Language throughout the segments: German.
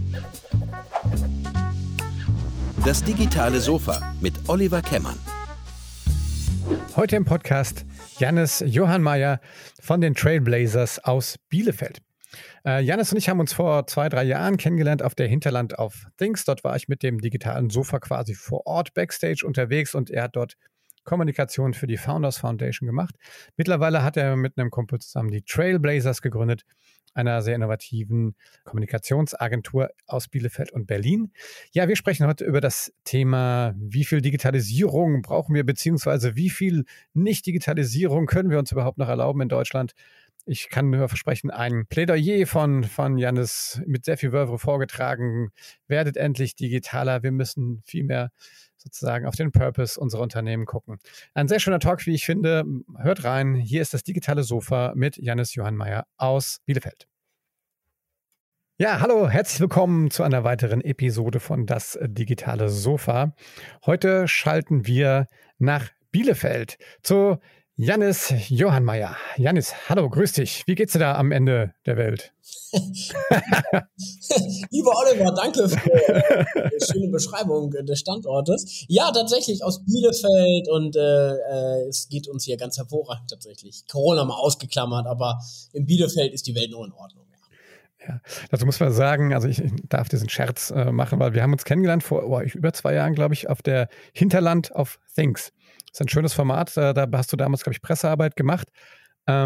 Das digitale Sofa mit Oliver Kemmern. Heute im Podcast Jannis Johannmeier von den Trailblazers aus Bielefeld. Jannis und ich haben uns vor 2-3 Jahren kennengelernt auf der Hinterland of Things. Dort war ich mit dem digitalen Sofa quasi vor Ort Backstage unterwegs und er hat dort Kommunikation für die Founders Foundation gemacht. Mittlerweile hat er mit einem Kumpel zusammen die Trailblazers gegründet, einer sehr innovativen Kommunikationsagentur aus Bielefeld und Berlin. Ja, wir sprechen heute über das Thema, wie viel Digitalisierung brauchen wir, beziehungsweise wie viel Nicht-Digitalisierung können wir uns überhaupt noch erlauben in Deutschland. Ich kann nur versprechen, ein Plädoyer von Jannis mit sehr viel Verve vorgetragen. Werdet endlich digitaler. Wir müssen viel mehr sozusagen auf den Purpose unserer Unternehmen gucken. Ein sehr schöner Talk, wie ich finde. Hört rein. Hier ist das digitale Sofa mit Jannis Johannmeier aus Bielefeld. Ja, hallo, herzlich willkommen zu einer weiteren Episode von Das digitale Sofa. Heute schalten wir nach Bielefeld zu Jannis Johannmeier. Jannis, hallo, grüß dich. Wie geht's dir da am Ende der Welt? Lieber Oliver, danke für die schöne Beschreibung des Standortes. Ja, tatsächlich aus Bielefeld und es geht uns hier ganz hervorragend tatsächlich. Corona mal ausgeklammert, aber in Bielefeld ist die Welt noch in Ordnung. Ja, dazu muss man sagen, also ich darf diesen Scherz machen, weil wir haben uns kennengelernt vor über 2 Jahren, glaube ich, auf der Hinterland of Things. Das ist ein schönes Format, da hast du damals, glaube ich, Pressearbeit gemacht da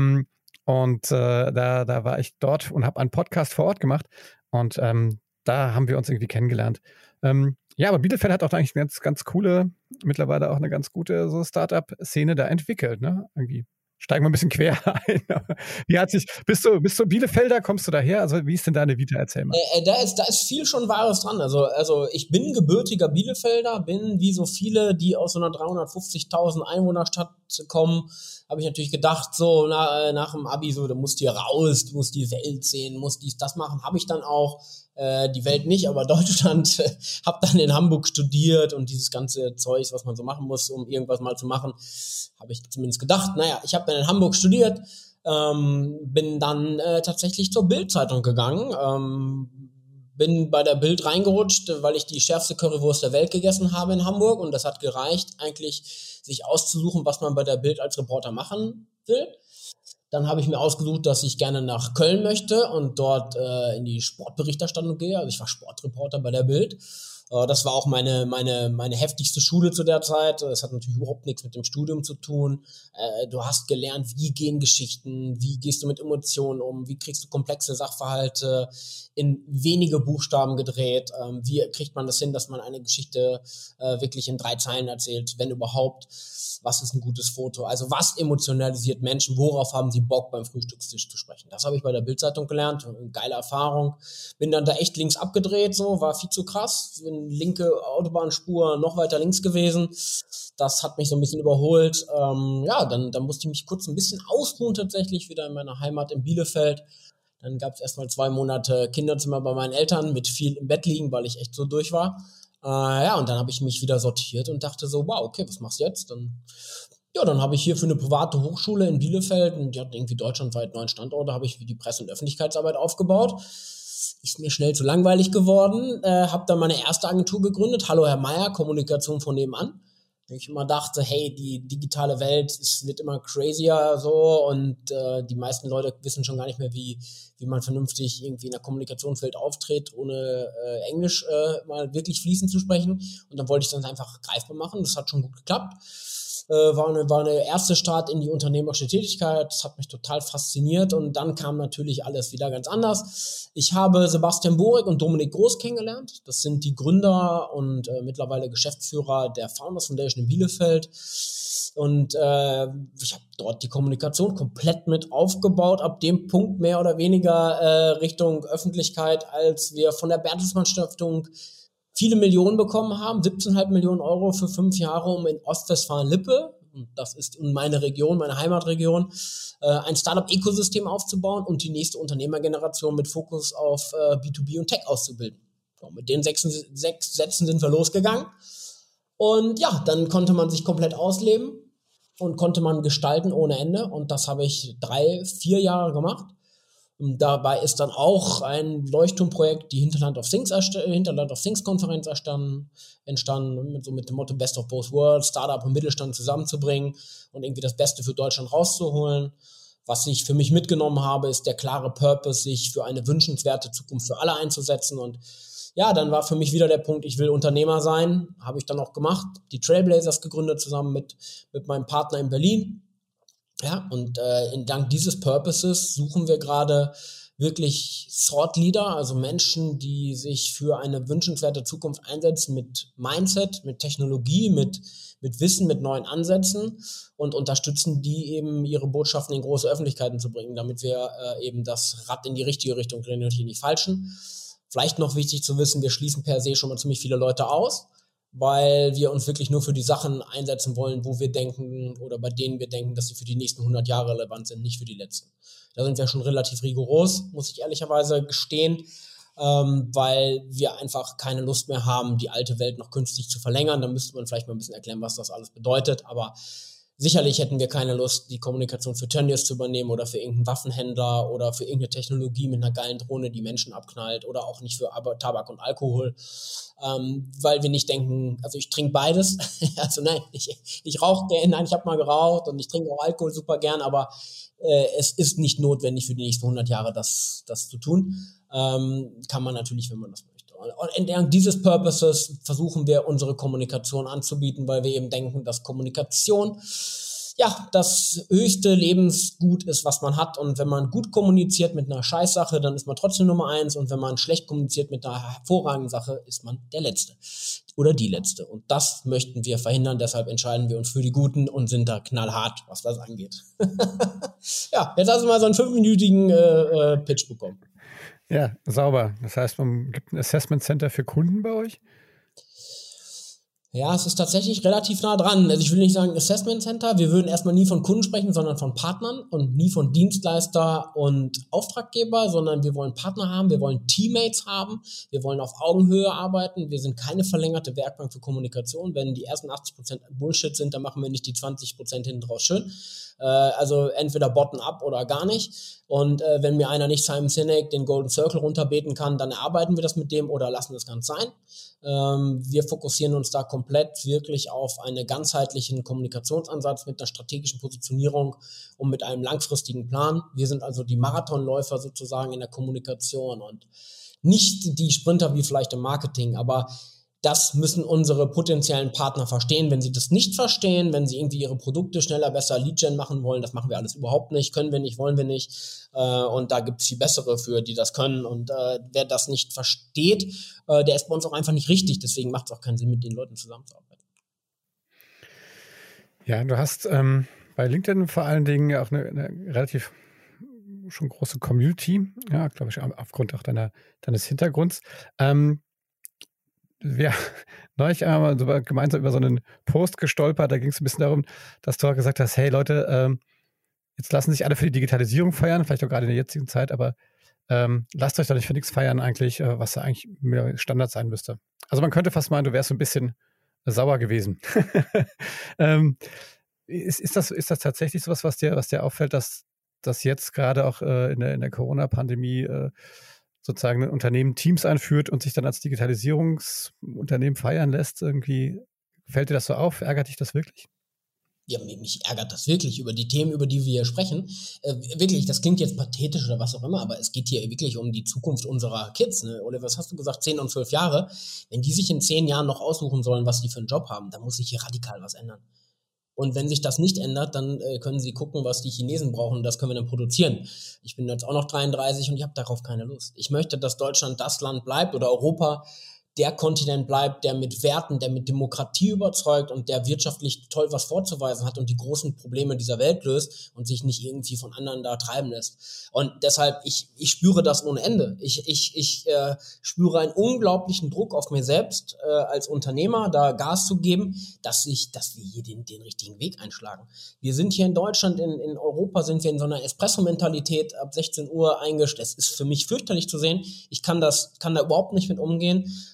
war ich dort und habe einen Podcast vor Ort gemacht und da haben wir uns irgendwie kennengelernt. Ja, aber Bielefeld hat auch eigentlich eine ganz coole, mittlerweile auch eine ganz gute so Startup-Szene da entwickelt, ne? Irgendwie steigen wir ein bisschen quer ein. Bist du Bielefelder, kommst du daher? Also wie ist denn deine Vita? Erzähl mal. Da ist viel schon Wahres dran. Also ich bin gebürtiger Bielefelder, bin wie so viele, die aus so einer 350.000 Einwohnerstadt kommen, habe ich natürlich gedacht, so nach dem Abi, so, du musst hier raus, du musst die Welt sehen, musst das machen. Habe ich dann auch. Die Welt nicht, aber Deutschland. Habe dann in Hamburg studiert und dieses ganze Zeug, was man so machen muss, um irgendwas mal zu machen, habe ich zumindest gedacht. Naja, ich habe dann in Hamburg studiert, bin dann tatsächlich zur Bild-Zeitung gegangen, bin bei der Bild reingerutscht, weil ich die schärfste Currywurst der Welt gegessen habe in Hamburg und das hat gereicht, eigentlich sich auszusuchen, was man bei der Bild als Reporter machen will. Dann habe ich mir ausgesucht, dass ich gerne nach Köln möchte und dort in die Sportberichterstattung gehe. Also ich war Sportreporter bei der Bild. Das war auch meine heftigste Schule zu der Zeit. Das hat natürlich überhaupt nichts mit dem Studium zu tun. Du hast gelernt, wie gehen Geschichten, wie gehst du mit Emotionen um, wie kriegst du komplexe Sachverhalte in wenige Buchstaben gedreht, wie kriegt man das hin, dass man eine Geschichte wirklich in 3 Zeilen erzählt, wenn überhaupt. Was ist ein gutes Foto? Also was emotionalisiert Menschen? Worauf haben sie Bock beim Frühstückstisch zu sprechen? Das habe ich bei der Bild-Zeitung gelernt. Eine geile Erfahrung. Bin dann da echt links abgedreht, so war viel zu krass. Bin linke Autobahnspur noch weiter links gewesen. Das hat mich so ein bisschen überholt. Dann musste ich mich kurz ein bisschen ausruhen tatsächlich wieder in meiner Heimat in Bielefeld. Dann gab es erstmal 2 Monate Kinderzimmer bei meinen Eltern mit viel im Bett liegen, weil ich echt so durch war. Und dann habe ich mich wieder sortiert und dachte so, wow, okay, was machst du jetzt? Dann habe ich hier für eine private Hochschule in Bielefeld, und die hat irgendwie deutschlandweit 9 Standorte, habe ich wie die Presse- und Öffentlichkeitsarbeit aufgebaut. Ist mir schnell zu langweilig geworden, habe dann meine erste Agentur gegründet, Hallo Herr Meier, Kommunikation von nebenan. Ich immer dachte, hey, die digitale Welt, es wird immer crazier so und die meisten Leute wissen schon gar nicht mehr, wie man vernünftig irgendwie in der Kommunikationswelt auftritt, ohne Englisch mal wirklich fließend zu sprechen. Und dann wollte ich das einfach greifbar machen. Das hat schon gut geklappt. War eine erste Start in die unternehmerische Tätigkeit. Das hat mich total fasziniert und dann kam natürlich alles wieder ganz anders. Ich habe Sebastian Borek und Dominik Groß kennengelernt. Das sind die Gründer und mittlerweile Geschäftsführer der Founders Foundation in Bielefeld. Und ich habe dort die Kommunikation komplett mit aufgebaut, ab dem Punkt mehr oder weniger Richtung Öffentlichkeit, als wir von der Bertelsmann Stiftung viele Millionen bekommen haben, 17,5 Millionen Euro für 5 Jahre, um in Ostwestfalen-Lippe, und das ist meine Region, meine Heimatregion, ein Startup-Ökosystem aufzubauen und die nächste Unternehmergeneration mit Fokus auf B2B und Tech auszubilden. So, mit den 6 Sätzen sind wir losgegangen. Und ja, dann konnte man sich komplett ausleben und konnte man gestalten ohne Ende. Und das habe ich 3-4 Jahre gemacht. Dabei ist dann auch ein Leuchtturmprojekt, die Hinterland of Things Konferenz entstanden, mit dem Motto Best of Both Worlds, Startup und Mittelstand zusammenzubringen und irgendwie das Beste für Deutschland rauszuholen. Was ich für mich mitgenommen habe, ist der klare Purpose, sich für eine wünschenswerte Zukunft für alle einzusetzen. Und ja, dann war für mich wieder der Punkt, ich will Unternehmer sein, habe ich dann auch gemacht, die Trailblazers gegründet zusammen mit meinem Partner in Berlin. Ja, und dank dieses Purposes suchen wir gerade wirklich Thought Leader, also Menschen, die sich für eine wünschenswerte Zukunft einsetzen mit Mindset, mit Technologie, mit Wissen, mit neuen Ansätzen und unterstützen die eben, ihre Botschaften in große Öffentlichkeiten zu bringen, damit wir eben das Rad in die richtige Richtung drehen und nicht in die falschen. Vielleicht noch wichtig zu wissen, wir schließen per se schon mal ziemlich viele Leute aus, weil wir uns wirklich nur für die Sachen einsetzen wollen, wo wir denken oder bei denen wir denken, dass sie für die nächsten 100 Jahre relevant sind, nicht für die letzten. Da sind wir schon relativ rigoros, muss ich ehrlicherweise gestehen, weil wir einfach keine Lust mehr haben, die alte Welt noch künstlich zu verlängern. Da müsste man vielleicht mal ein bisschen erklären, was das alles bedeutet, aber sicherlich hätten wir keine Lust, die Kommunikation für Tönnies zu übernehmen oder für irgendeinen Waffenhändler oder für irgendeine Technologie mit einer geilen Drohne, die Menschen abknallt oder auch nicht für Tabak und Alkohol, weil wir nicht denken, also ich trinke beides, also nein, ich rauche gerne, nein, ich habe mal geraucht und ich trinke auch Alkohol super gern, aber es ist nicht notwendig für die nächsten 100 Jahre das zu tun. Kann man natürlich, wenn man das möchte. Und entlang dieses Purposes versuchen wir, unsere Kommunikation anzubieten, weil wir eben denken, dass Kommunikation ja das höchste Lebensgut ist, was man hat. Und wenn man gut kommuniziert mit einer Scheißsache, dann ist man trotzdem Nummer 1. Und wenn man schlecht kommuniziert mit einer hervorragenden Sache, ist man der Letzte oder die Letzte. Und das möchten wir verhindern. Deshalb entscheiden wir uns für die Guten und sind da knallhart, was das angeht. Ja, jetzt hast du mal so einen 5-minütigen Pitch bekommen. Ja, sauber. Das heißt, man gibt ein Assessment Center für Kunden bei euch? Ja, es ist tatsächlich relativ nah dran. Also ich will nicht sagen Assessment Center. Wir würden erstmal nie von Kunden sprechen, sondern von Partnern und nie von Dienstleister und Auftraggeber, sondern wir wollen Partner haben, wir wollen Teammates haben, wir wollen auf Augenhöhe arbeiten. Wir sind keine verlängerte Werkbank für Kommunikation. Wenn die ersten 80% Bullshit sind, dann machen wir nicht die 20% hinten draus schön. Also entweder bottom-up oder gar nicht. Und wenn mir einer nicht Simon Sinek den Golden Circle runterbeten kann, dann erarbeiten wir das mit dem oder lassen das ganz sein. Wir fokussieren uns da komplett wirklich auf einen ganzheitlichen Kommunikationsansatz mit einer strategischen Positionierung und mit einem langfristigen Plan. Wir sind also die Marathonläufer sozusagen in der Kommunikation und nicht die Sprinter wie vielleicht im Marketing, aber das müssen unsere potenziellen Partner verstehen. Wenn sie das nicht verstehen, wenn sie irgendwie ihre Produkte schneller, besser Lead-Gen machen wollen, das machen wir alles überhaupt nicht, können wir nicht, wollen wir nicht. Und da gibt es viel bessere für, die das können. Und wer das nicht versteht, der ist bei uns auch einfach nicht richtig. Deswegen macht es auch keinen Sinn, mit den Leuten zusammenzuarbeiten. Ja, du hast bei LinkedIn vor allen Dingen auch eine relativ schon große Community, ja, glaube ich, aufgrund auch deines Hintergrunds. Wir neulich einmal so gemeinsam über so einen Post gestolpert, da ging es ein bisschen darum, dass du auch gesagt hast, hey Leute, jetzt lassen sich alle für die Digitalisierung feiern, vielleicht auch gerade in der jetzigen Zeit, aber lasst euch doch nicht für nichts feiern eigentlich, was da eigentlich mehr Standard sein müsste. Also man könnte fast meinen, du wärst so ein bisschen sauer gewesen. Ist das tatsächlich sowas, was dir auffällt, dass jetzt gerade auch in der Corona-Pandemie sozusagen ein Unternehmen Teams einführt und sich dann als Digitalisierungsunternehmen feiern lässt? Irgendwie fällt dir das so auf? Ärgert dich das wirklich? Ja, mich ärgert das wirklich über die Themen, über die wir hier sprechen. Wirklich, das klingt jetzt pathetisch oder was auch immer, aber es geht hier wirklich um die Zukunft unserer Kids. Ne? Oliver, was hast du gesagt? 10 und 12 Jahre. Wenn die sich in 10 Jahren noch aussuchen sollen, was die für einen Job haben, dann muss sich hier radikal was ändern. Und wenn sich das nicht ändert, dann können sie gucken, was die Chinesen brauchen und das können wir dann produzieren. Ich bin jetzt auch noch 33 und ich habe darauf keine Lust. Ich möchte, dass Deutschland das Land bleibt oder Europa der Kontinent bleibt, der mit Werten, der mit Demokratie überzeugt und der wirtschaftlich toll was vorzuweisen hat und die großen Probleme dieser Welt löst und sich nicht irgendwie von anderen da treiben lässt. Und deshalb, ich spüre das ohne Ende. Ich spüre einen unglaublichen Druck auf mir selbst als Unternehmer, da Gas zu geben, dass wir hier den richtigen Weg einschlagen. Wir sind hier in Deutschland, in Europa sind wir in so einer Espresso-Mentalität ab 16 Uhr eingestellt. Das ist für mich fürchterlich zu sehen. Ich kann da überhaupt nicht mit umgehen.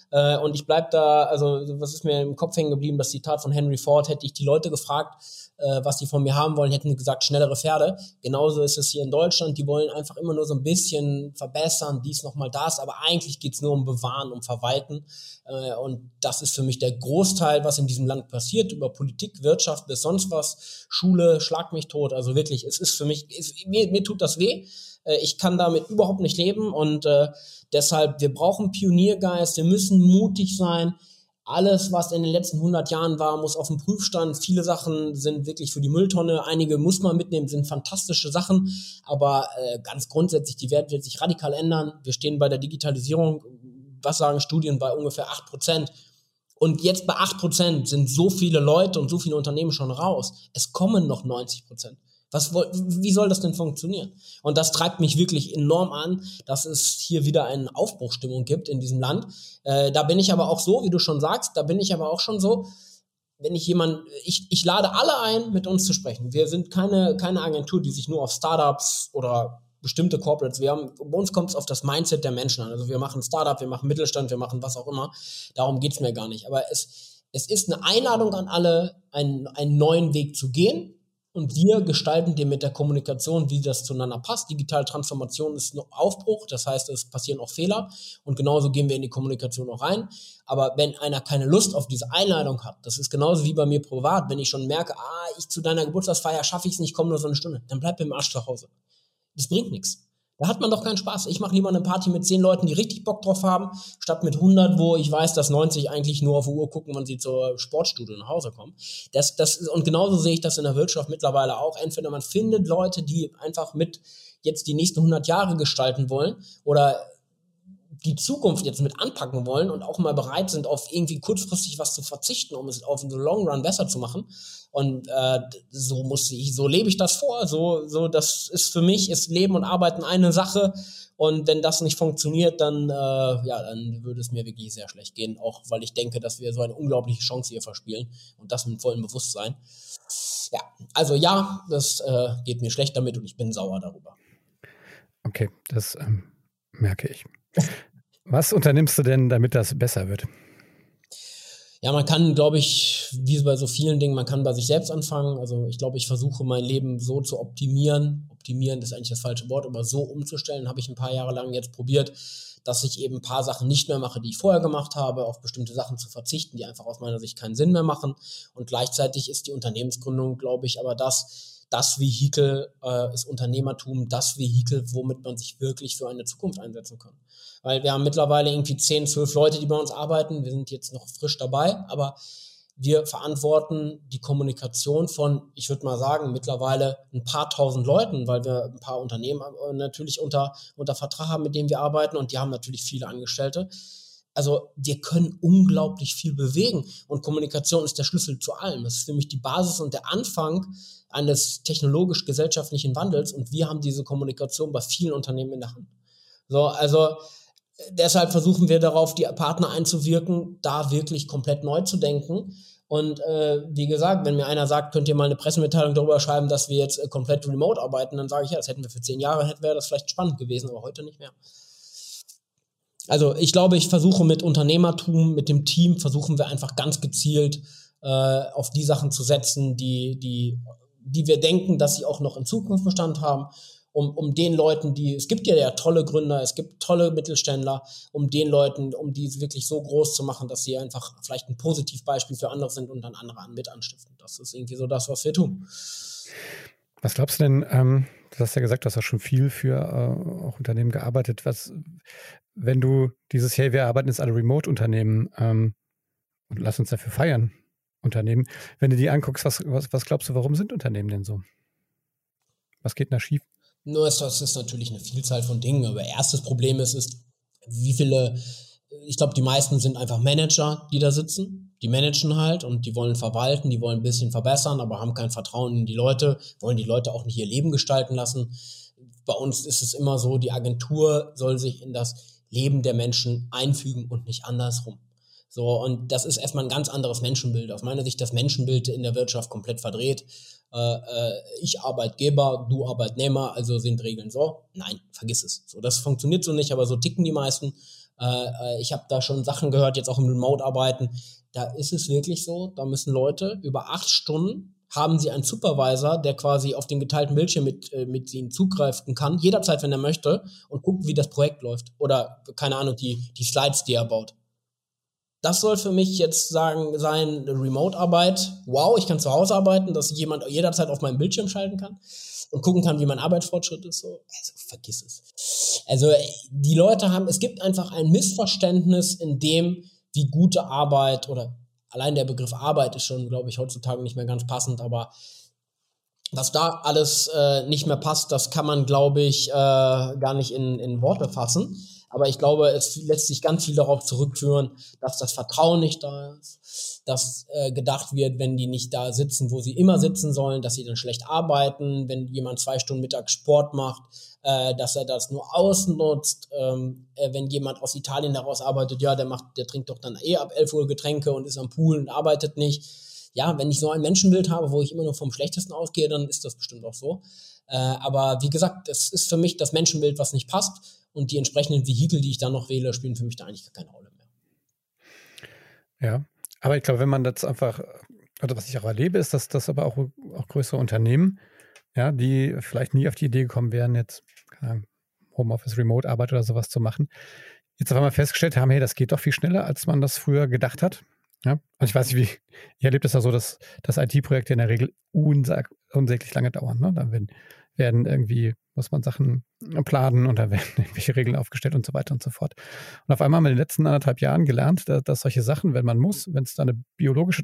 Und ich bleib da, also was ist mir im Kopf hängen geblieben, das Zitat von Henry Ford: hätte ich die Leute gefragt, was die von mir haben wollen, hätten die gesagt, schnellere Pferde. Genauso ist es hier in Deutschland. Die wollen einfach immer nur so ein bisschen verbessern, dies nochmal das, aber eigentlich geht's nur um Bewahren, um Verwalten. Und das ist für mich der Großteil, was in diesem Land passiert, über Politik, Wirtschaft bis sonst was, Schule, schlag mich tot. Also wirklich, es ist für mich, mir tut das weh. Ich kann damit überhaupt nicht leben und deshalb, wir brauchen Pioniergeist, wir müssen mutig sein. Alles, was in den letzten 100 Jahren war, muss auf den Prüfstand. Viele Sachen sind wirklich für die Mülltonne. Einige muss man mitnehmen, sind fantastische Sachen. Aber ganz grundsätzlich, die Welt wird sich radikal ändern. Wir stehen bei der Digitalisierung, was sagen Studien, bei ungefähr 8%. Und jetzt bei 8% sind so viele Leute und so viele Unternehmen schon raus. Es kommen noch 90%. Wie soll das denn funktionieren? Und das treibt mich wirklich enorm an, dass es hier wieder eine Aufbruchsstimmung gibt in diesem Land. Da bin ich aber auch so, wie du schon sagst, wenn ich lade alle ein, mit uns zu sprechen. Wir sind keine Agentur, die sich nur auf Startups oder bestimmte Corporates, bei uns kommt es auf das Mindset der Menschen an. Also wir machen Startup, wir machen Mittelstand, wir machen was auch immer. Darum geht's mir gar nicht. Aber es ist eine Einladung an alle, einen neuen Weg zu gehen. Und wir gestalten den mit der Kommunikation, wie das zueinander passt. Digitale Transformation ist ein Aufbruch, das heißt, es passieren auch Fehler. Und genauso gehen wir in die Kommunikation auch rein. Aber wenn einer keine Lust auf diese Einladung hat, das ist genauso wie bei mir privat, wenn ich schon merke, ich zu deiner Geburtstagsfeier schaffe ich es nicht, komme nur so eine Stunde, dann bleib im Arsch zu Hause. Das bringt nichts. Da hat man doch keinen Spaß. Ich mache lieber eine Party mit 10 Leuten, die richtig Bock drauf haben, statt mit 100, wo ich weiß, dass 90 eigentlich nur auf die Uhr gucken, wann sie zur Sportstudio nach Hause kommen. Und genauso sehe ich das in der Wirtschaft mittlerweile auch. Entweder man findet Leute, die einfach mit jetzt die nächsten 100 Jahre gestalten wollen oder die Zukunft jetzt mit anpacken wollen und auch mal bereit sind, auf irgendwie kurzfristig was zu verzichten, um es auf den Long Run besser zu machen. Und so lebe ich das vor. So das ist für mich, ist Leben und Arbeiten eine Sache. Und wenn das nicht funktioniert, dann würde es mir wirklich sehr schlecht gehen. Auch weil ich denke, dass wir so eine unglaubliche Chance hier verspielen und das mit vollem Bewusstsein. Ja, also das geht mir schlecht damit und ich bin sauer darüber. Okay, das merke ich. Was unternimmst du denn, damit das besser wird? Ja, man kann, glaube ich, wie bei so vielen Dingen, man kann bei sich selbst anfangen. Also ich glaube, ich versuche mein Leben so zu optimieren. Optimieren ist eigentlich das falsche Wort, aber so umzustellen, habe ich ein paar Jahre lang jetzt probiert, dass ich eben ein paar Sachen nicht mehr mache, die ich vorher gemacht habe, auf bestimmte Sachen zu verzichten, die einfach aus meiner Sicht keinen Sinn mehr machen. Und gleichzeitig ist die Unternehmensgründung, glaube ich, aber das Vehikel ist Unternehmertum, das Vehikel, womit man sich wirklich für eine Zukunft einsetzen kann. Weil wir haben mittlerweile irgendwie 10, 12 Leute, die bei uns arbeiten. Wir sind jetzt noch frisch dabei, aber wir verantworten die Kommunikation von, ich würde mal sagen, mittlerweile ein paar tausend Leuten, weil wir ein paar Unternehmen natürlich unter Vertrag haben, mit denen wir arbeiten und die haben natürlich viele Angestellte. Also wir können unglaublich viel bewegen und Kommunikation ist der Schlüssel zu allem. Das ist für mich die Basis und der Anfang eines technologisch-gesellschaftlichen Wandels und wir haben diese Kommunikation bei vielen Unternehmen in der Hand. So, also deshalb versuchen wir darauf, die Partner einzuwirken, da wirklich komplett neu zu denken. Und wie gesagt, wenn mir einer sagt, könnt ihr mal eine Pressemitteilung darüber schreiben, dass wir jetzt komplett remote arbeiten, dann sage ich, ja, das hätten wir für 10 Jahre, wäre das vielleicht spannend gewesen, aber heute nicht mehr. Also ich glaube, ich versuche mit Unternehmertum, mit dem Team, versuchen wir einfach ganz gezielt auf die Sachen zu setzen, die wir denken, dass sie auch noch in Zukunft Bestand haben, um den Leuten, es gibt ja tolle Gründer, es gibt tolle Mittelständler, um den Leuten, um die wirklich so groß zu machen, dass sie einfach vielleicht ein Positivbeispiel für andere sind und dann andere mit anstiften. Das ist irgendwie so das, was wir tun. Was glaubst du denn, du hast ja gesagt, du hast ja schon viel für auch Unternehmen gearbeitet, wenn du dieses, hey, wir arbeiten jetzt alle Remote-Unternehmen und lass uns dafür feiern, Unternehmen, wenn du die anguckst, was glaubst du, warum sind Unternehmen denn so? Was geht da schief? Nur das ist natürlich eine Vielzahl von Dingen, aber erstes Problem ist, wie viele, ich glaube, die meisten sind einfach Manager, die da sitzen, die managen halt und die wollen verwalten, die wollen ein bisschen verbessern, aber haben kein Vertrauen in die Leute, wollen die Leute auch nicht ihr Leben gestalten lassen. Bei uns ist es immer so, die Agentur soll sich in das Leben der Menschen einfügen und nicht andersrum. So, und das ist erstmal ein ganz anderes Menschenbild. Aus meiner Sicht das Menschenbild in der Wirtschaft komplett verdreht. Ich Arbeitgeber, du Arbeitnehmer, also sind Regeln so. Nein, vergiss es. So, das funktioniert so nicht, aber so ticken die meisten. Ich habe da schon Sachen gehört, jetzt auch im Remote-Arbeiten. Da ist es wirklich so, da müssen Leute über 8 Stunden haben sie einen Supervisor, der quasi auf den geteilten Bildschirm mit ihnen zugreifen kann, jederzeit, wenn er möchte, und guckt, wie das Projekt läuft. Oder, keine Ahnung, die Slides, die er baut. Das soll für mich jetzt sein Remote-Arbeit. Wow, ich kann zu Hause arbeiten, dass jemand jederzeit auf meinen Bildschirm schalten kann und gucken kann, wie mein Arbeitsfortschritt ist. So. Also vergiss es. Also die Leute es gibt einfach ein Missverständnis in dem, wie gute Arbeit oder allein der Begriff Arbeit ist schon, glaube ich, heutzutage nicht mehr ganz passend, aber was da alles nicht mehr passt, das kann man, glaube ich, gar nicht in Worte fassen. Aber ich glaube, es lässt sich ganz viel darauf zurückführen, dass das Vertrauen nicht da ist, dass gedacht wird, wenn die nicht da sitzen, wo sie immer sitzen sollen, dass sie dann schlecht arbeiten, wenn jemand 2 Stunden mittags Sport macht, dass er das nur ausnutzt, wenn jemand aus Italien heraus arbeitet, ja, der trinkt doch dann ab 11 Uhr Getränke und ist am Pool und arbeitet nicht. Ja, wenn ich so ein Menschenbild habe, wo ich immer nur vom Schlechtesten ausgehe, dann ist das bestimmt auch so. Aber wie gesagt, es ist für mich das Menschenbild, was nicht passt. Und die entsprechenden Vehikel, die ich dann noch wähle, spielen für mich da eigentlich keine Rolle mehr. Ja, aber ich glaube, wenn man das einfach, also was ich auch erlebe, ist, dass das aber auch größere Unternehmen, ja, die vielleicht nie auf die Idee gekommen wären, jetzt keine Ahnung, Homeoffice, Remote-Arbeit oder sowas zu machen, jetzt auf einmal festgestellt haben, hey, das geht doch viel schneller, als man das früher gedacht hat. Ja, und ich weiß nicht, ich erlebe das ja so, dass IT-Projekte in der Regel unsäglich lange dauern. Ne? Dann werden irgendwie, muss man Sachen planen und da werden irgendwelche Regeln aufgestellt und so weiter und so fort. Und auf einmal haben wir in den letzten 1,5 Jahren gelernt, dass solche Sachen, wenn es da eine biologische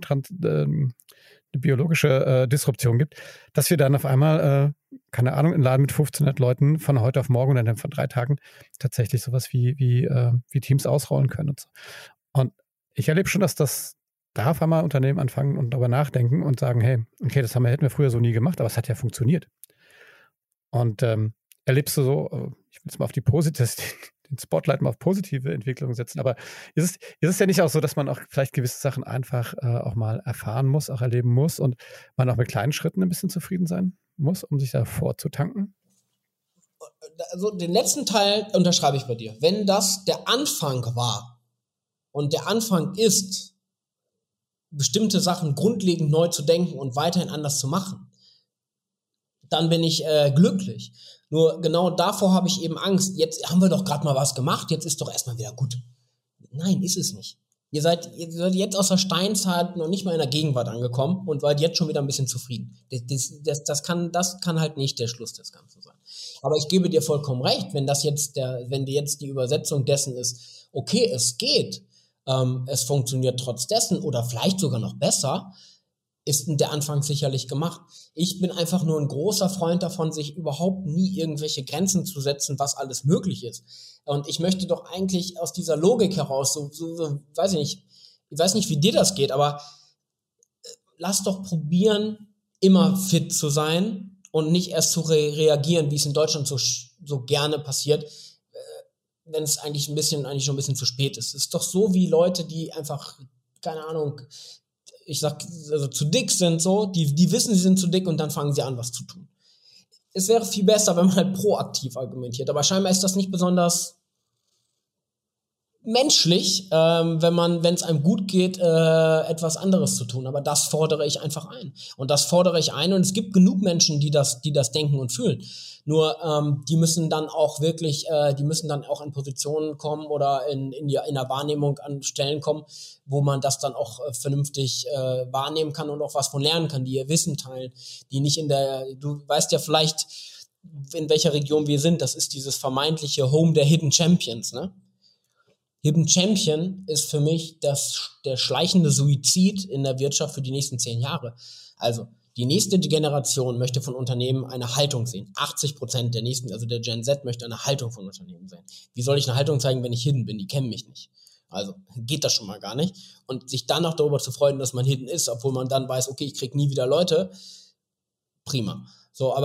Disruption gibt, dass wir dann auf einmal, keine Ahnung, einen Laden mit 1500 Leuten von heute auf morgen oder dann von 3 Tagen tatsächlich sowas wie Teams ausrollen können und so. Und ich erlebe schon, dass das da auf einmal Unternehmen anfangen und darüber nachdenken und sagen, hey, okay, hätten wir früher so nie gemacht, aber es hat ja funktioniert. Und erlebst du so, ich will jetzt mal auf den Spotlight mal auf positive Entwicklungen setzen, aber ist es ja nicht auch so, dass man auch vielleicht gewisse Sachen einfach auch mal erfahren muss, auch erleben muss und man auch mit kleinen Schritten ein bisschen zufrieden sein muss, um sich da vorzutanken? Also den letzten Teil unterschreibe ich bei dir. Wenn das der Anfang war und der Anfang ist, bestimmte Sachen grundlegend neu zu denken und weiterhin anders zu machen, dann bin ich glücklich. Nur genau davor habe ich eben Angst. Jetzt haben wir doch gerade mal was gemacht, jetzt ist doch erstmal wieder gut. Nein, ist es nicht. Ihr seid jetzt aus der Steinzeit noch nicht mal in der Gegenwart angekommen und seid jetzt schon wieder ein bisschen zufrieden. Das kann halt nicht der Schluss des Ganzen sein. Aber ich gebe dir vollkommen recht, wenn jetzt die Übersetzung dessen ist, okay, es geht, es funktioniert trotz dessen oder vielleicht sogar noch besser, ist der Anfang sicherlich gemacht. Ich bin einfach nur ein großer Freund davon, sich überhaupt nie irgendwelche Grenzen zu setzen, was alles möglich ist. Und ich möchte doch eigentlich aus dieser Logik heraus, so weiß ich weiß nicht, wie dir das geht, aber lass doch probieren, immer fit zu sein und nicht erst zu reagieren, wie es in Deutschland so gerne passiert, wenn es eigentlich schon ein bisschen zu spät ist. Es ist doch so wie Leute, die einfach, keine Ahnung, ich sag, also zu dick sind, so, die wissen, sie sind zu dick und dann fangen sie an, was zu tun. Es wäre viel besser, wenn man halt proaktiv argumentiert, aber scheinbar ist das nicht besonders menschlich, wenn es einem gut geht, etwas anderes zu tun. Aber das fordere ich einfach ein. Und das fordere ich ein und es gibt genug Menschen, die das denken und fühlen. Nur die müssen dann auch wirklich, an Positionen kommen oder in der Wahrnehmung an Stellen kommen, wo man das dann auch vernünftig wahrnehmen kann und auch was von lernen kann, die ihr Wissen teilen, die nicht du weißt ja vielleicht, in welcher Region wir sind, das ist dieses vermeintliche Home der Hidden Champions, ne? Hidden Champion ist für mich der schleichende Suizid in der Wirtschaft für die nächsten 10 Jahre. Also die nächste Generation möchte von Unternehmen eine Haltung sehen. 80% der nächsten, also der Gen Z, möchte eine Haltung von Unternehmen sehen. Wie soll ich eine Haltung zeigen, wenn ich hidden bin? Die kennen mich nicht. Also geht das schon mal gar nicht. Und sich dann noch darüber zu freuen, dass man hidden ist, obwohl man dann weiß, okay, ich kriege nie wieder Leute, prima. So, aber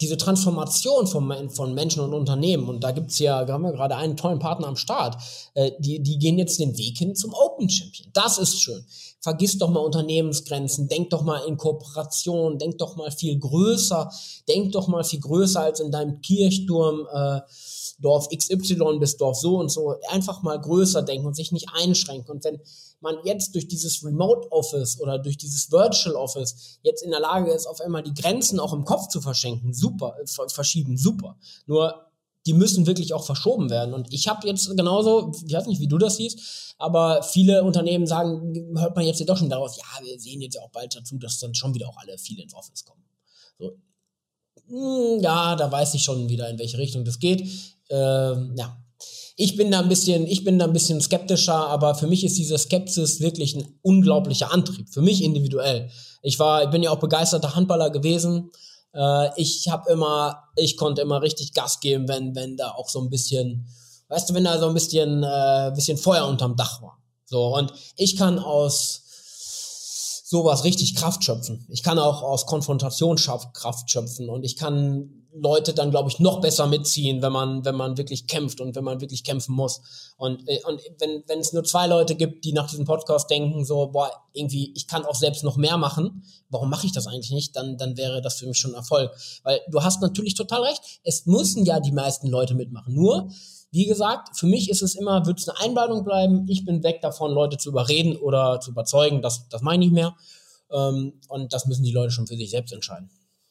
diese Transformation von Menschen und Unternehmen, und da haben wir gerade einen tollen Partner am Start, die gehen jetzt den Weg hin zum Open Champion. Das ist schön. Vergiss doch mal Unternehmensgrenzen, denk doch mal in Kooperation, denk doch mal viel größer als in deinem Kirchturm, Dorf XY bis Dorf so und so, einfach mal größer denken und sich nicht einschränken. Und wenn man jetzt durch dieses Remote Office oder durch dieses Virtual Office jetzt in der Lage ist, auf einmal die Grenzen auch im Kopf zu verschieben, super. Nur die müssen wirklich auch verschoben werden. Und ich habe jetzt genauso, ich weiß nicht, wie du das siehst, aber viele Unternehmen sagen, hört man jetzt ja doch schon daraus, ja, wir sehen jetzt ja auch bald dazu, dass dann schon wieder auch alle viele ins Office kommen. So. Ja, da weiß ich schon wieder, in welche Richtung das geht. Ja. Ich bin da ein bisschen skeptischer, aber für mich ist diese Skepsis wirklich ein unglaublicher Antrieb. Für mich individuell. Ich bin ja auch begeisterter Handballer gewesen. Ich konnte immer richtig Gas geben, wenn da auch so ein bisschen, weißt du, wenn da so ein bisschen Feuer unterm Dach war. So, und ich kann aus sowas richtig Kraft schöpfen. Ich kann auch aus Konfrontation Kraft schöpfen und ich kann Leute dann, glaube ich, noch besser mitziehen, wenn man wirklich kämpft und wenn man wirklich kämpfen muss. Und wenn es nur 2 Leute gibt, die nach diesem Podcast denken, so, boah, irgendwie, ich kann auch selbst noch mehr machen, warum mache ich das eigentlich nicht, dann wäre das für mich schon ein Erfolg. Weil du hast natürlich total recht, es müssen ja die meisten Leute mitmachen. Nur, wie gesagt, für mich ist es immer, wird es eine Einladung bleiben, ich bin weg davon, Leute zu überreden oder zu überzeugen, das meine ich nicht mehr. Und das müssen die Leute schon für sich selbst entscheiden.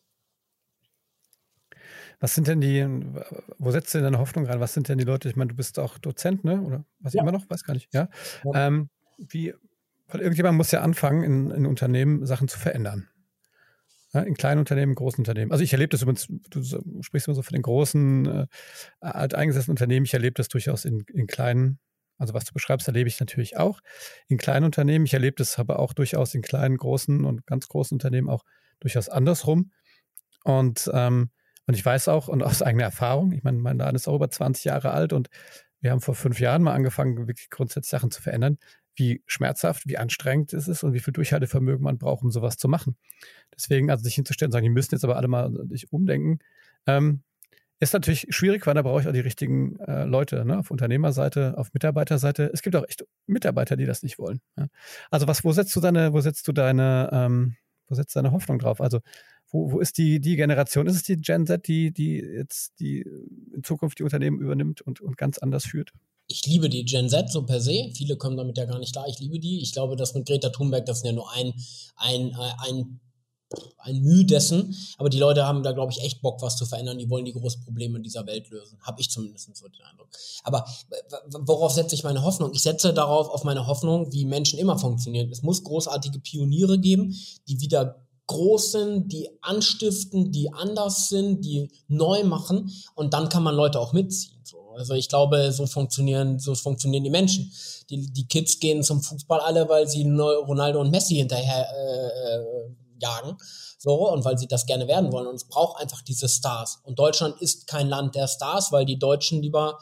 Was sind denn wo setzt du denn deine Hoffnung rein? Was sind denn die Leute, ich meine, du bist auch Dozent, ne? Oder was immer noch? Weiß gar nicht, ja. Weil irgendjemand muss ja anfangen, in Unternehmen Sachen zu verändern. Ja, in kleinen Unternehmen, in großen Unternehmen. Also ich erlebe das übrigens, du sprichst immer so von den großen, alteingesessenen Unternehmen, ich erlebe das durchaus in kleinen, also was du beschreibst, erlebe ich natürlich auch in kleinen Unternehmen. Ich erlebe das aber auch durchaus in kleinen, großen und ganz großen Unternehmen auch durchaus andersrum. Und ich weiß auch, und aus eigener Erfahrung, ich meine, mein Laden ist auch über 20 Jahre alt und wir haben vor 5 Jahren mal angefangen, wirklich grundsätzlich Sachen zu verändern, wie schmerzhaft, wie anstrengend es ist und wie viel Durchhaltevermögen man braucht, um sowas zu machen. Deswegen, also sich hinzustellen und sagen, die müssen jetzt aber alle mal sich umdenken, ist natürlich schwierig, weil da brauche ich auch die richtigen Leute, ne? Auf Unternehmerseite, auf Mitarbeiterseite. Es gibt auch echt Mitarbeiter, die das nicht wollen. Ja? Also wo setzt du deine Hoffnung drauf? Also wo ist die Generation? Ist es die Gen Z, die in Zukunft die Unternehmen übernimmt und ganz anders führt? Ich liebe die Gen Z so per se. Viele kommen damit ja gar nicht klar. Ich liebe die. Ich glaube, das mit Greta Thunberg, das ist ja nur ein Mühe dessen. Aber die Leute haben da, glaube ich, echt Bock, was zu verändern. Die wollen die großen Probleme dieser Welt lösen. Habe ich zumindest so den Eindruck. Aber worauf setze ich meine Hoffnung? Ich setze darauf auf meine Hoffnung, wie Menschen immer funktionieren. Es muss großartige Pioniere geben, die wieder groß sind, die anstiften, die anders sind, die neu machen und dann kann man Leute auch mitziehen. So. Also ich glaube, so funktionieren die Menschen. Die Kids gehen zum Fußball alle, weil sie Ronaldo und Messi hinterher jagen, so, und weil sie das gerne werden wollen. Und es braucht einfach diese Stars. Und Deutschland ist kein Land der Stars, weil die Deutschen lieber,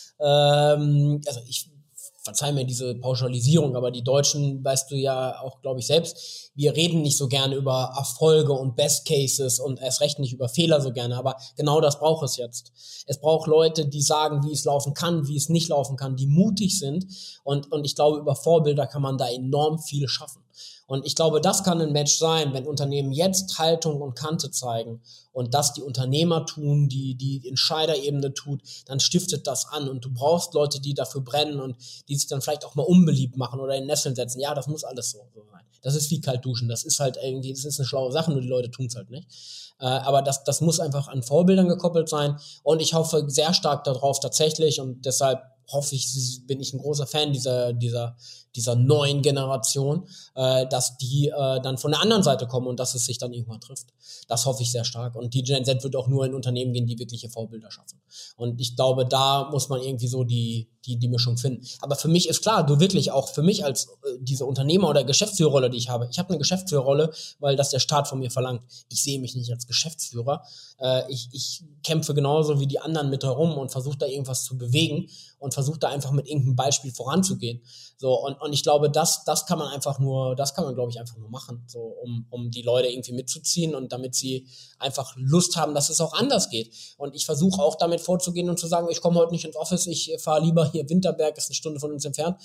verzeih mir diese Pauschalisierung, aber die Deutschen, weißt du ja auch, glaube ich, selbst, wir reden nicht so gerne über Erfolge und Best Cases und erst recht nicht über Fehler so gerne, aber genau das braucht es jetzt. Es braucht Leute, die sagen, wie es laufen kann, wie es nicht laufen kann, die mutig sind und ich glaube, über Vorbilder kann man da enorm viel schaffen. Und ich glaube, das kann ein Match sein, wenn Unternehmen jetzt Haltung und Kante zeigen und das die Unternehmer tun, die Entscheiderebene tut, dann stiftet das an und du brauchst Leute, die dafür brennen und die sich dann vielleicht auch mal unbeliebt machen oder in Nesseln setzen. Ja, das muss alles so sein. Das ist wie kalt duschen. Das ist halt irgendwie, das ist eine schlaue Sache, nur die Leute tun es halt nicht. Aber das muss einfach an Vorbildern gekoppelt sein und ich hoffe sehr stark darauf tatsächlich und deshalb bin ich ein großer Fan dieser neuen Generation, dass die dann von der anderen Seite kommen und dass es sich dann irgendwann trifft. Das hoffe ich sehr stark. Und die Gen Z wird auch nur in Unternehmen gehen, die wirkliche Vorbilder schaffen. Und ich glaube, da muss man irgendwie so die Mischung finden. Aber für mich ist klar, du wirklich auch für mich als diese Unternehmer- oder Geschäftsführerrolle, die ich habe. Ich habe eine Geschäftsführerrolle, weil das der Staat von mir verlangt. Ich sehe mich nicht als Geschäftsführer. Ich kämpfe genauso wie die anderen mit herum und versuche da irgendwas zu bewegen. und versucht da einfach mit irgendeinem Beispiel voranzugehen. So, und ich glaube, das kann man glaube ich, einfach nur machen, so, um die Leute irgendwie mitzuziehen und damit sie einfach Lust haben, dass es auch anders geht. Und ich versuche auch damit vorzugehen und zu sagen, ich komme heute nicht ins Office, ich fahre lieber hier Winterberg, ist eine Stunde von uns entfernt.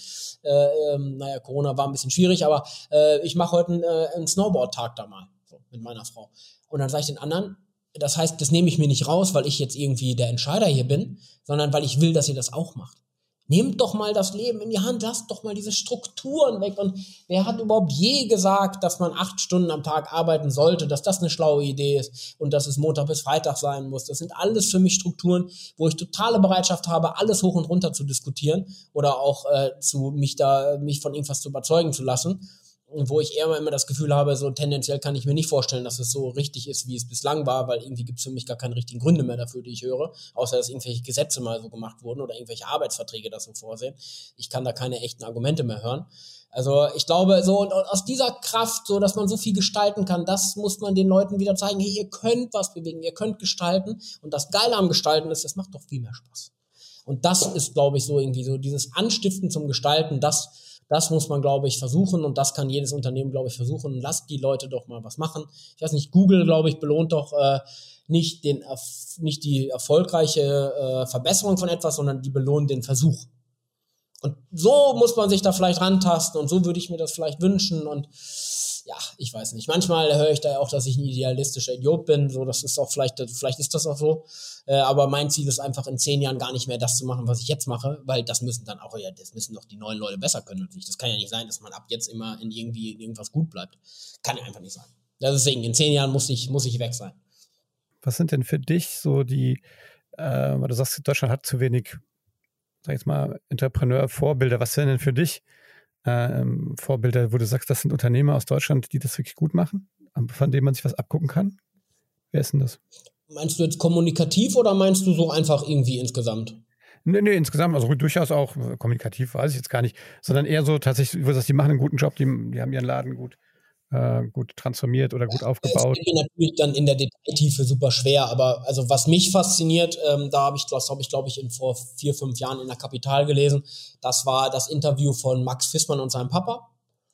Corona war ein bisschen schwierig, aber ich mache heute einen Snowboard-Tag da mal, so, mit meiner Frau. Und dann sage ich den anderen, das heißt, das nehme ich mir nicht raus, weil ich jetzt irgendwie der Entscheider hier bin, sondern weil ich will, dass ihr das auch macht. Nehmt doch mal das Leben in die Hand, lasst doch mal diese Strukturen weg. Und wer hat überhaupt je gesagt, dass man 8 Stunden am Tag arbeiten sollte, dass das eine schlaue Idee ist und dass es Montag bis Freitag sein muss? Das sind alles für mich Strukturen, wo ich totale Bereitschaft habe, alles hoch und runter zu diskutieren oder auch mich von irgendwas zu überzeugen zu lassen. Und wo ich eher immer das Gefühl habe, so tendenziell kann ich mir nicht vorstellen, dass es so richtig ist, wie es bislang war, weil irgendwie gibt es für mich gar keine richtigen Gründe mehr dafür, die ich höre, außer dass irgendwelche Gesetze mal so gemacht wurden oder irgendwelche Arbeitsverträge das so vorsehen. Ich kann da keine echten Argumente mehr hören. Also ich glaube, so und aus dieser Kraft, so dass man so viel gestalten kann, das muss man den Leuten wieder zeigen, hey, ihr könnt was bewegen, ihr könnt gestalten und das Geile am Gestalten ist, das macht doch viel mehr Spaß. Und das ist, glaube ich, so irgendwie so dieses Anstiften zum Gestalten, das muss man, glaube ich, versuchen und das kann jedes Unternehmen, glaube ich, versuchen. Lasst die Leute doch mal was machen. Ich weiß nicht, Google, glaube ich, belohnt doch nicht die erfolgreiche Verbesserung von etwas, sondern die belohnen den Versuch. Und so muss man sich da vielleicht rantasten und so würde ich mir das vielleicht wünschen und ja, ich weiß nicht. Manchmal höre ich da ja auch, dass ich ein idealistischer Idiot bin. So, das ist auch vielleicht ist das auch so. Aber mein Ziel ist einfach in 10 Jahren gar nicht mehr das zu machen, was ich jetzt mache, weil das müssen doch die neuen Leute besser können und nicht. Das kann ja nicht sein, dass man ab jetzt immer in irgendwas gut bleibt. Kann ja einfach nicht sein. Deswegen, in 10 Jahren muss ich weg sein. Was sind denn für dich so weil du sagst, Deutschland hat zu wenig, sag ich jetzt mal, Entrepreneur-Vorbilder. Was sind denn für dich Vorbilder, wo du sagst, das sind Unternehmer aus Deutschland, die das wirklich gut machen, von denen man sich was abgucken kann? Wer ist denn das? Meinst du jetzt kommunikativ oder meinst du so einfach irgendwie insgesamt? Nee, insgesamt, also durchaus auch kommunikativ, weiß ich jetzt gar nicht, sondern eher so tatsächlich, wo du sagst, die machen einen guten Job, die haben ihren Laden gut transformiert oder gut aufgebaut. Das ist natürlich dann in der Detailtiefe super schwer, aber also was mich fasziniert, da habe ich, glaube ich, vor 4, 5 Jahren in der Kapital gelesen, das war das Interview von Max Fissmann und seinem Papa,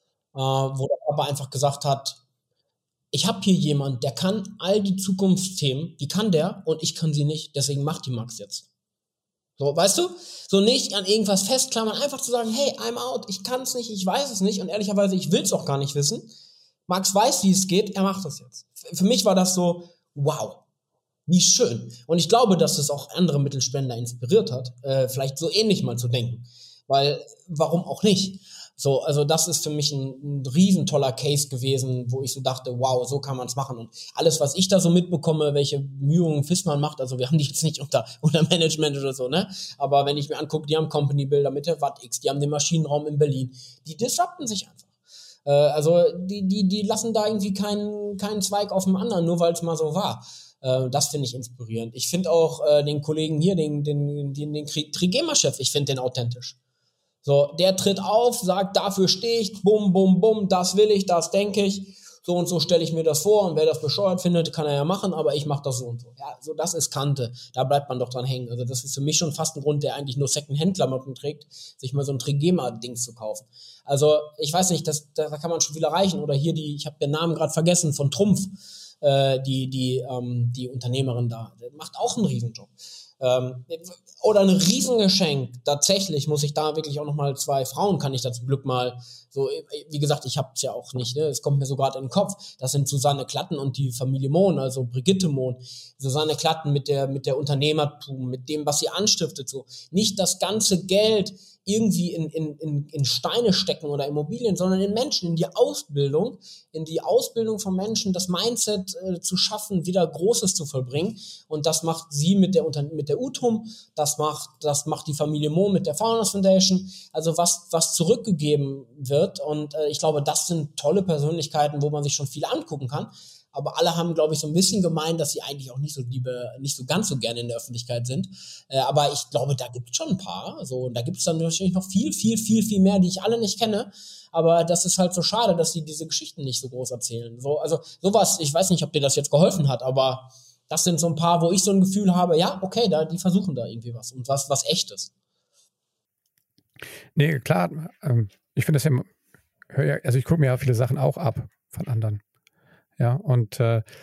wo der Papa einfach gesagt hat, ich habe hier jemand, der kann all die Zukunftsthemen, die kann der und ich kann sie nicht, deswegen macht die Max jetzt. So, weißt du? So nicht an irgendwas festklammern, einfach zu sagen, hey, I'm out, ich kann es nicht, ich weiß es nicht und ehrlicherweise, ich will es auch gar nicht wissen. Max weiß, wie es geht, er macht das jetzt. Für mich war das so, wow, wie schön. Und ich glaube, dass es auch andere Mittelspender inspiriert hat, vielleicht so ähnlich mal zu denken. Weil, warum auch nicht? So, also das ist für mich ein riesentoller Case gewesen, wo ich so dachte, wow, so kann man es machen. Und alles, was ich da so mitbekomme, welche Mühungen Fissmann macht, also wir haben die jetzt nicht unter Management oder so, ne? Aber wenn ich mir angucke, die haben Company Builder mit der WattX, die haben den Maschinenraum in Berlin, die disrupten sich einfach. Also die lassen da irgendwie keinen Zweig auf dem anderen, nur weil es mal so war. Das finde ich inspirierend. Ich finde auch den Kollegen hier, den Trigema-Chef, ich finde den authentisch. So, der tritt auf, sagt, dafür stehe ich, bum, bum, bum, das will ich, das denke ich, so und so stelle ich mir das vor und wer das bescheuert findet, kann er ja machen, aber ich mache das so und so. Ja, so das ist Kante, da bleibt man doch dran hängen. Also das ist für mich schon fast ein Grund, der eigentlich nur Second-Hand-Klamotten trägt, sich mal so ein Trigema-Ding zu kaufen. Also ich weiß nicht, da kann man schon viel erreichen. Oder hier ich habe den Namen gerade vergessen, von Trumpf, die Unternehmerin da, der macht auch einen Riesenjob. Oder ein Riesengeschenk. Tatsächlich muss ich da wirklich auch nochmal 2 Frauen, kann ich da zum Glück mal so, wie gesagt, ich habe es ja auch nicht, ne? Es kommt mir so gerade in den Kopf. Das sind Susanne Klatten und die Familie Mohn, also Brigitte Mohn. Susanne Klatten mit der Unternehmertum, mit dem, was sie anstiftet, so. Nicht das ganze Geld irgendwie in Steine stecken oder Immobilien, sondern in Menschen, in die Ausbildung von Menschen, das Mindset zu schaffen, wieder Großes zu vollbringen. Und das macht sie mit der UTUM, das macht die Familie Mohn mit der Founders Foundation, also was zurückgegeben wird. Und ich glaube, das sind tolle Persönlichkeiten, wo man sich schon viel angucken kann. Aber alle haben, glaube ich, so ein bisschen gemeint, dass sie eigentlich auch nicht so ganz so gerne in der Öffentlichkeit sind. Aber ich glaube, da gibt es schon ein paar. So, und da gibt es dann natürlich noch viel, viel, viel, viel mehr, die ich alle nicht kenne. Aber das ist halt so schade, dass sie diese Geschichten nicht so groß erzählen. So, also sowas, ich weiß nicht, ob dir das jetzt geholfen hat, aber das sind so ein paar, wo ich so ein Gefühl habe, ja, okay, die versuchen da irgendwie was und was Echtes. Nee, klar. Ich finde das also ich gucke mir ja viele Sachen auch ab von anderen. Ja, und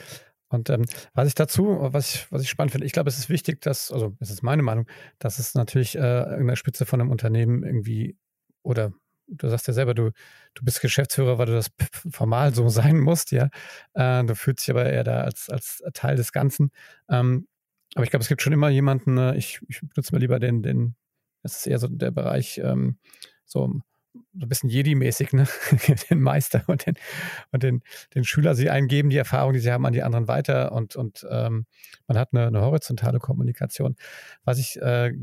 was ich spannend finde, ich glaube, es ist wichtig, also es ist meine Meinung, dass es natürlich in der Spitze von einem Unternehmen irgendwie, oder du sagst ja selber, du bist Geschäftsführer, weil du das formal so sein musst, ja. Du fühlst dich aber eher da als Teil des Ganzen. Aber ich glaube, es gibt schon immer jemanden, ich benutze mal lieber das ist eher so der Bereich, so ein bisschen Jedi-mäßig, ne? Den Meister und den Schüler sie eingeben, die Erfahrung, die sie haben, an die anderen weiter und man hat eine horizontale Kommunikation. Das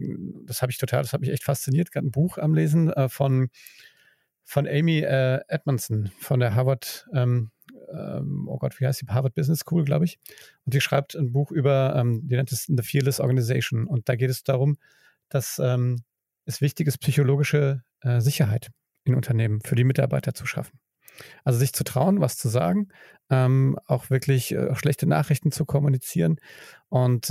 hat mich echt fasziniert, gerade ein Buch am Lesen von Amy Edmondson von der Harvard, oh Gott, wie heißt die? Harvard Business School, glaube ich. Und die schreibt ein Buch über, die nennt es The Fearless Organization. Und da geht es darum, dass es wichtig ist, psychologische Sicherheit in Unternehmen für die Mitarbeiter zu schaffen. Also sich zu trauen, was zu sagen, auch wirklich auch schlechte Nachrichten zu kommunizieren. Und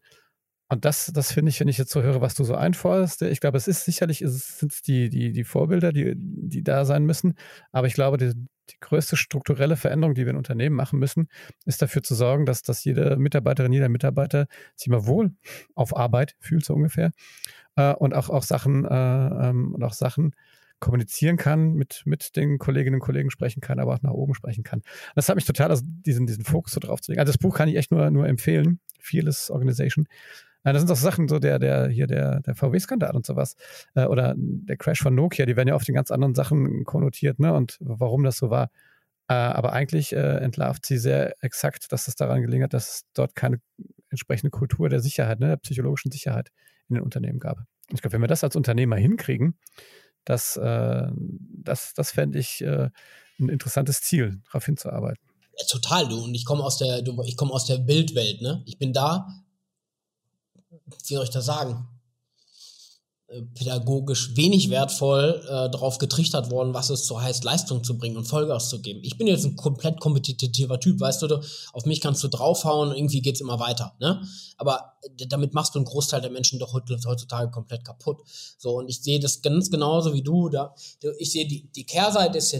das finde ich, wenn ich jetzt so höre, was du so einforderst, ich glaube, sind es die Vorbilder, die da sein müssen. Aber ich glaube, die größte strukturelle Veränderung, die wir in Unternehmen machen müssen, ist dafür zu sorgen, dass jede Mitarbeiterin, jeder Mitarbeiter sich mal wohl auf Arbeit fühlt, so ungefähr. Und auch Sachen kommunizieren kann, mit den Kolleginnen und Kollegen sprechen kann, aber auch nach oben sprechen kann. Das hat mich total, also diesen Fokus so drauf zu legen. Also das Buch kann ich echt nur empfehlen. Fearless Organization. Da sind auch Sachen, so der VW-Skandal und sowas. Oder der Crash von Nokia, die werden ja oft in ganz anderen Sachen konnotiert, ne? Und warum das so war. Aber eigentlich entlarvt sie sehr exakt, dass es daran gelegen hat, dass es dort keine entsprechende Kultur der Sicherheit, ne, der psychologischen Sicherheit in den Unternehmen gab. Und ich glaube, wenn wir das als Unternehmer hinkriegen, das fände ich ein interessantes Ziel, darauf hinzuarbeiten. Ja, total, du. Und ich komme aus der Bildwelt, ne? Ich bin da, wie soll ich das sagen, pädagogisch wenig wertvoll darauf getrichtert worden, was es so heißt, Leistung zu bringen und Vollgas zu geben. Ich bin jetzt ein komplett kompetitiver Typ, weißt du, auf mich kannst du draufhauen, irgendwie geht's immer weiter, ne? Aber damit machst du einen Großteil der Menschen doch heutzutage komplett kaputt. So, und ich sehe das ganz genauso wie du. Ich sehe, die Kehrseite ist ja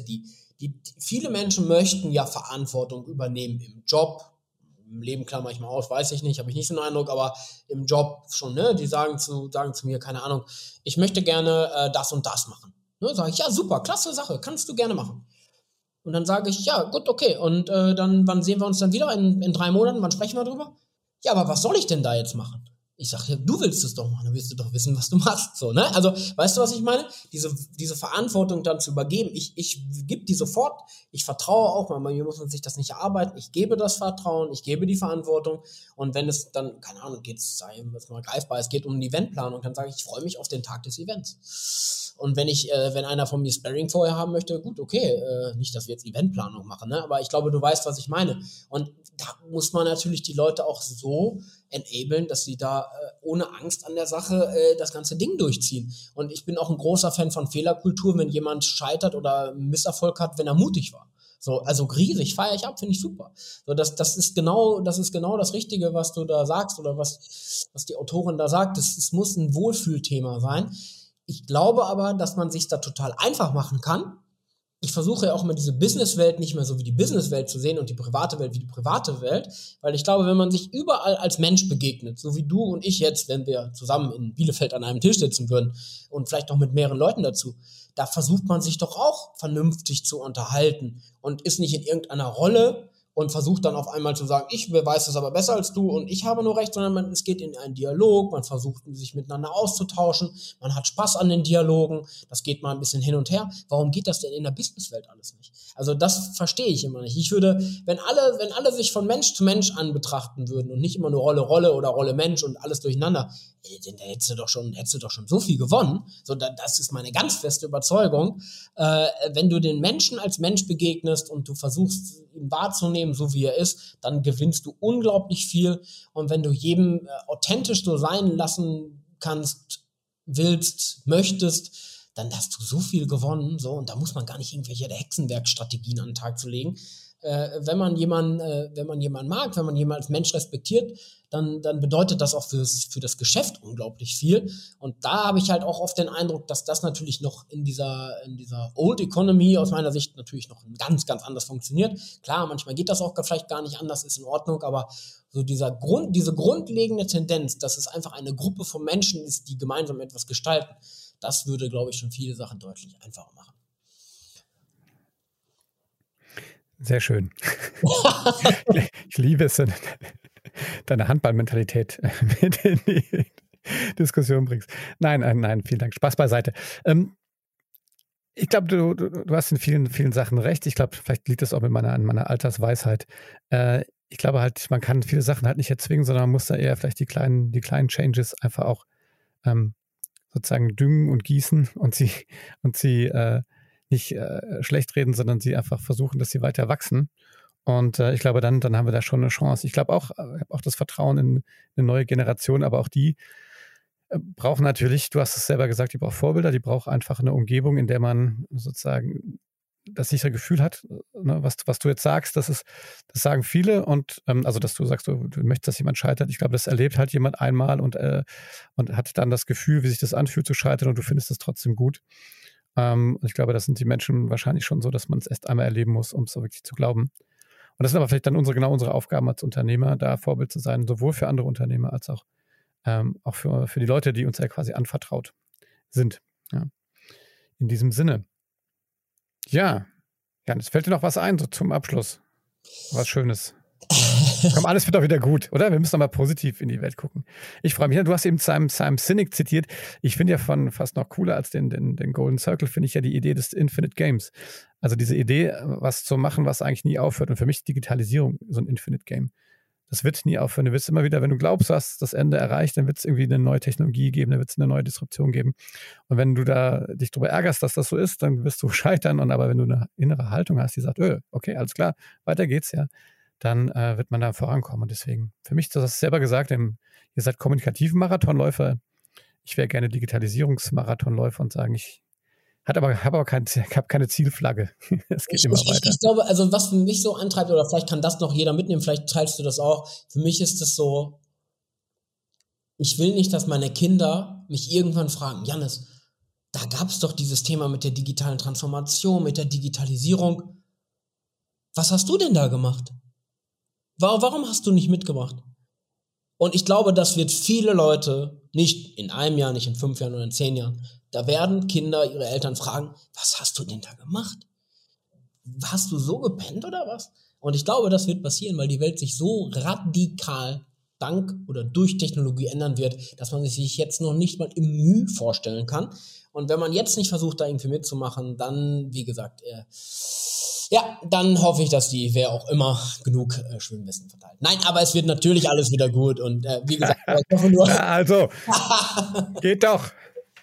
viele Menschen möchten ja Verantwortung übernehmen im Job. Im Leben klammer ich mal aus, weiß ich nicht, habe ich nicht so einen Eindruck, aber im Job schon, ne? Die sagen zu mir, keine Ahnung, ich möchte gerne das und das machen. Ne? Sage ich, ja, super, klasse Sache, kannst du gerne machen. Und dann sage ich, ja, gut, okay, und dann, wann sehen wir uns dann wieder? In 3 Monaten, wann sprechen wir drüber? Ja, aber was soll ich denn da jetzt machen? Ich sage, ja, du willst es doch machen, dann willst du doch wissen, was du machst. So, ne? Also, weißt du, was ich meine? Diese Verantwortung dann zu übergeben. Ich gebe die sofort, ich vertraue auch, manchmal muss man sich das nicht erarbeiten, ich gebe das Vertrauen, ich gebe die Verantwortung und wenn es dann, keine Ahnung, sei mal greifbar, es geht um eine Eventplanung, dann sage ich freue mich auf den Tag des Events. Und wenn einer von mir Sparring vorher haben möchte, gut, okay, nicht, dass wir jetzt Eventplanung machen, ne? Aber ich glaube, du weißt, was ich meine. Und da muss man natürlich die Leute auch so enablen, dass sie da ohne Angst an der Sache das ganze Ding durchziehen. Und ich bin auch ein großer Fan von Fehlerkultur, wenn jemand scheitert oder Misserfolg hat, wenn er mutig war. So, also riesig, feiere ich ab, finde ich super. So, das ist genau das Richtige, was du da sagst oder was die Autorin da sagt. Es muss ein Wohlfühlthema sein. Ich glaube aber, dass man sich da total einfach machen kann. Ich versuche ja auch immer diese Businesswelt nicht mehr so wie die Businesswelt zu sehen und die private Welt wie die private Welt, weil ich glaube, wenn man sich überall als Mensch begegnet, so wie du und ich jetzt, wenn wir zusammen in Bielefeld an einem Tisch sitzen würden und vielleicht noch mit mehreren Leuten dazu, da versucht man sich doch auch vernünftig zu unterhalten und ist nicht in irgendeiner Rolle und versucht dann auf einmal zu sagen, ich weiß es aber besser als du und ich habe nur recht, sondern es geht in einen Dialog, man versucht sich miteinander auszutauschen, man hat Spaß an den Dialogen, das geht mal ein bisschen hin und her. Warum geht das denn in der Businesswelt alles nicht? Also das verstehe ich immer nicht. Ich würde, wenn alle sich von Mensch zu Mensch an betrachten würden und nicht immer nur Rolle oder Rolle Mensch und alles durcheinander, dann hättest du doch schon so viel gewonnen. So, das ist meine ganz feste Überzeugung. Wenn du den Menschen als Mensch begegnest und du versuchst, ihn wahrzunehmen, so wie er ist, dann gewinnst du unglaublich viel. Und wenn du jedem authentisch so sein lassen kannst, willst, möchtest, dann hast du so viel gewonnen. So, und da muss man gar nicht irgendwelche Hexenwerkstrategien an den Tag zu legen. Wenn man jemanden mag, wenn man jemanden als Mensch respektiert, dann bedeutet das auch für das Geschäft unglaublich viel. Und da habe ich halt auch oft den Eindruck, dass das natürlich noch in dieser Old Economy aus meiner Sicht natürlich noch ganz, ganz anders funktioniert. Klar, manchmal geht das auch vielleicht gar nicht anders, ist in Ordnung, aber so diese grundlegende Tendenz, dass es einfach eine Gruppe von Menschen ist, die gemeinsam etwas gestalten, das würde, glaube ich, schon viele Sachen deutlich einfacher machen. Sehr schön. Ich liebe es, deine Handballmentalität mit in die Diskussion bringst. Nein, vielen Dank. Spaß beiseite. Ich glaube, du hast in vielen Sachen recht. Ich glaube, vielleicht liegt das auch mit meiner Altersweisheit. Ich glaube halt, man kann viele Sachen halt nicht erzwingen, sondern man muss da eher vielleicht die kleinen Changes einfach auch sozusagen düngen und gießen und sie nicht schlecht reden, sondern sie einfach versuchen, dass sie weiter wachsen. Und ich glaube, dann haben wir da schon eine Chance. Ich glaube auch, ich habe auch das Vertrauen in eine neue Generation, aber auch die brauchen natürlich, du hast es selber gesagt, die braucht Vorbilder, die braucht einfach eine Umgebung, in der man sozusagen das sichere Gefühl hat, ne, was du jetzt sagst, das sagen viele und also, dass du sagst, du möchtest, dass jemand scheitert. Ich glaube, das erlebt halt jemand einmal und hat dann das Gefühl, wie sich das anfühlt zu scheitern und du findest es trotzdem gut. Und ich glaube, das sind die Menschen wahrscheinlich schon so, dass man es erst einmal erleben muss, um es so wirklich zu glauben. Und das sind aber vielleicht dann unsere Aufgaben als Unternehmer, da Vorbild zu sein, sowohl für andere Unternehmer als auch für die Leute, die uns ja quasi anvertraut sind. Ja. In diesem Sinne. Ja, es fällt dir noch was ein, so zum Abschluss. Was Schönes. Komm, alles wird doch wieder gut, oder? Wir müssen doch mal positiv in die Welt gucken. Ich freue mich. Du hast eben Simon Sinek zitiert. Ich finde ja fast noch cooler als den Golden Circle, finde ich ja die Idee des Infinite Games. Also diese Idee, was zu machen, was eigentlich nie aufhört. Und für mich ist Digitalisierung so ein Infinite Game. Das wird nie aufhören. Du wirst immer wieder, wenn du glaubst, du hast das Ende erreicht, dann wird es irgendwie eine neue Technologie geben, dann wird es eine neue Disruption geben. Und wenn du da dich darüber ärgerst, dass das so ist, dann wirst du scheitern. Und aber wenn du eine innere Haltung hast, die sagt, okay, alles klar, weiter geht's ja, dann wird man da vorankommen. Und deswegen, für mich, du hast es selber gesagt, ihr seid kommunikativen Marathonläufer. Ich wäre gerne Digitalisierungsmarathonläufer und sagen, ich habe aber keine Zielflagge. Es geht immer weiter. Ich glaube, also was mich so antreibt, oder vielleicht kann das noch jeder mitnehmen, vielleicht teilst du das auch. Für mich ist es so, ich will nicht, dass meine Kinder mich irgendwann fragen, Jannis, da gab es doch dieses Thema mit der digitalen Transformation, mit der Digitalisierung. Was hast du denn da gemacht? Warum hast du nicht mitgemacht? Und ich glaube, das wird viele Leute, nicht in einem Jahr, nicht in 5 Jahren oder in 10 Jahren, da werden Kinder ihre Eltern fragen, was hast du denn da gemacht? Hast du so gepennt oder was? Und ich glaube, das wird passieren, weil die Welt sich so radikal dank oder durch Technologie ändern wird, dass man sich jetzt noch nicht mal im Mühe vorstellen kann. Und wenn man jetzt nicht versucht, da irgendwie mitzumachen, dann, wie gesagt, dann hoffe ich, dass die, wer auch immer, genug Schwimmwissen verteilt. Nein, aber es wird natürlich alles wieder gut. Und wie gesagt, ich hoffe nur... Also, geht doch.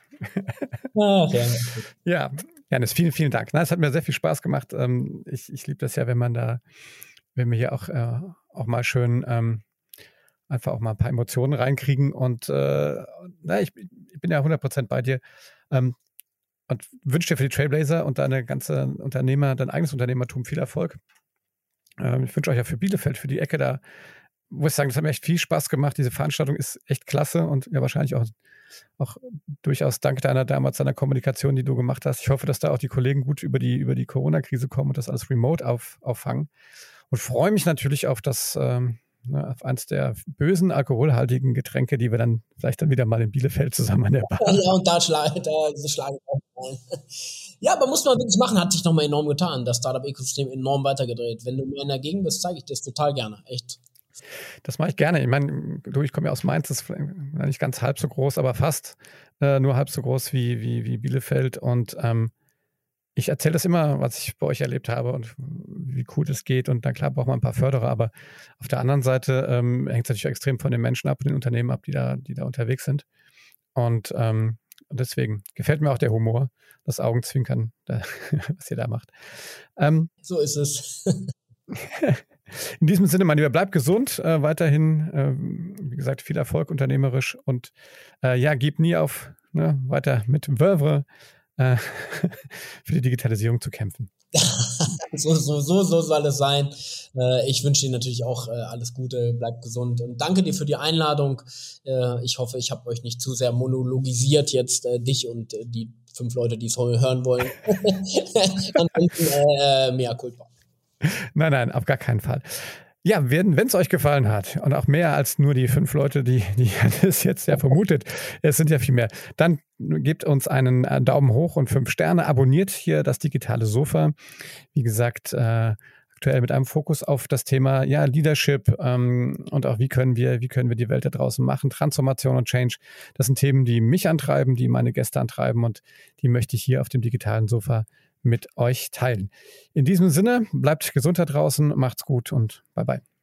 Ach, ja, Jannis, vielen, vielen Dank. Es hat mir sehr viel Spaß gemacht. Ich liebe das ja, wenn wir hier auch mal schön einfach auch mal ein paar Emotionen reinkriegen. Und ich bin ja 100% bei dir. Und wünsche dir für die Trailblazer und dein eigenes Unternehmertum viel Erfolg. Ich wünsche euch ja für Bielefeld, für die Ecke da, muss ich sagen, das hat mir echt viel Spaß gemacht. Diese Veranstaltung ist echt klasse und ja wahrscheinlich auch durchaus dank deiner Kommunikation, die du gemacht hast. Ich hoffe, dass da auch die Kollegen gut über die Corona-Krise kommen und das alles remote auffangen. Und freue mich natürlich auf auf eins der bösen alkoholhaltigen Getränke, die wir dann vielleicht wieder mal in Bielefeld zusammen an der Bar. Ja, und da schlagen auch. Ja, aber muss man wirklich machen, hat sich nochmal enorm getan. Das Startup-Ökosystem enorm weitergedreht. Wenn du mal in der Gegend bist, zeige ich das total gerne. Echt. Das mache ich gerne. Ich meine, ich komme ja aus Mainz, das ist nicht ganz halb so groß, aber fast nur halb so groß wie Bielefeld. Und ich erzähle das immer, was ich bei euch erlebt habe und wie cool das geht. Und dann klar braucht man ein paar Förderer, aber auf der anderen Seite hängt es natürlich extrem von den Menschen ab, von den Unternehmen ab, die da unterwegs sind. Und deswegen gefällt mir auch der Humor, das Augenzwinkern, was ihr da macht. So ist es. In diesem Sinne, mein Lieber, bleib gesund, weiterhin, wie gesagt, viel Erfolg unternehmerisch und gib nie auf, ne? Weiter mit Wövre. für die Digitalisierung zu kämpfen. So soll es sein. Ich wünsche dir natürlich auch alles Gute, bleib gesund und danke dir für die Einladung. Ich hoffe, ich habe euch nicht zu sehr monologisiert jetzt, dich und die 5 Leute, die es hören wollen. Ansonsten mea culpa. Nein, auf gar keinen Fall. Ja, wenn es euch gefallen hat und auch mehr als nur die 5 Leute, die es jetzt ja vermutet, es sind ja viel mehr, dann gebt uns einen Daumen hoch und 5 Sterne, abonniert hier das digitale Sofa. Wie gesagt, aktuell mit einem Fokus auf das Thema Leadership und auch wie können wir die Welt da draußen machen, Transformation und Change. Das sind Themen, die mich antreiben, die meine Gäste antreiben und die möchte ich hier auf dem digitalen Sofa mit euch teilen. In diesem Sinne, bleibt gesund da draußen, macht's gut und bye bye.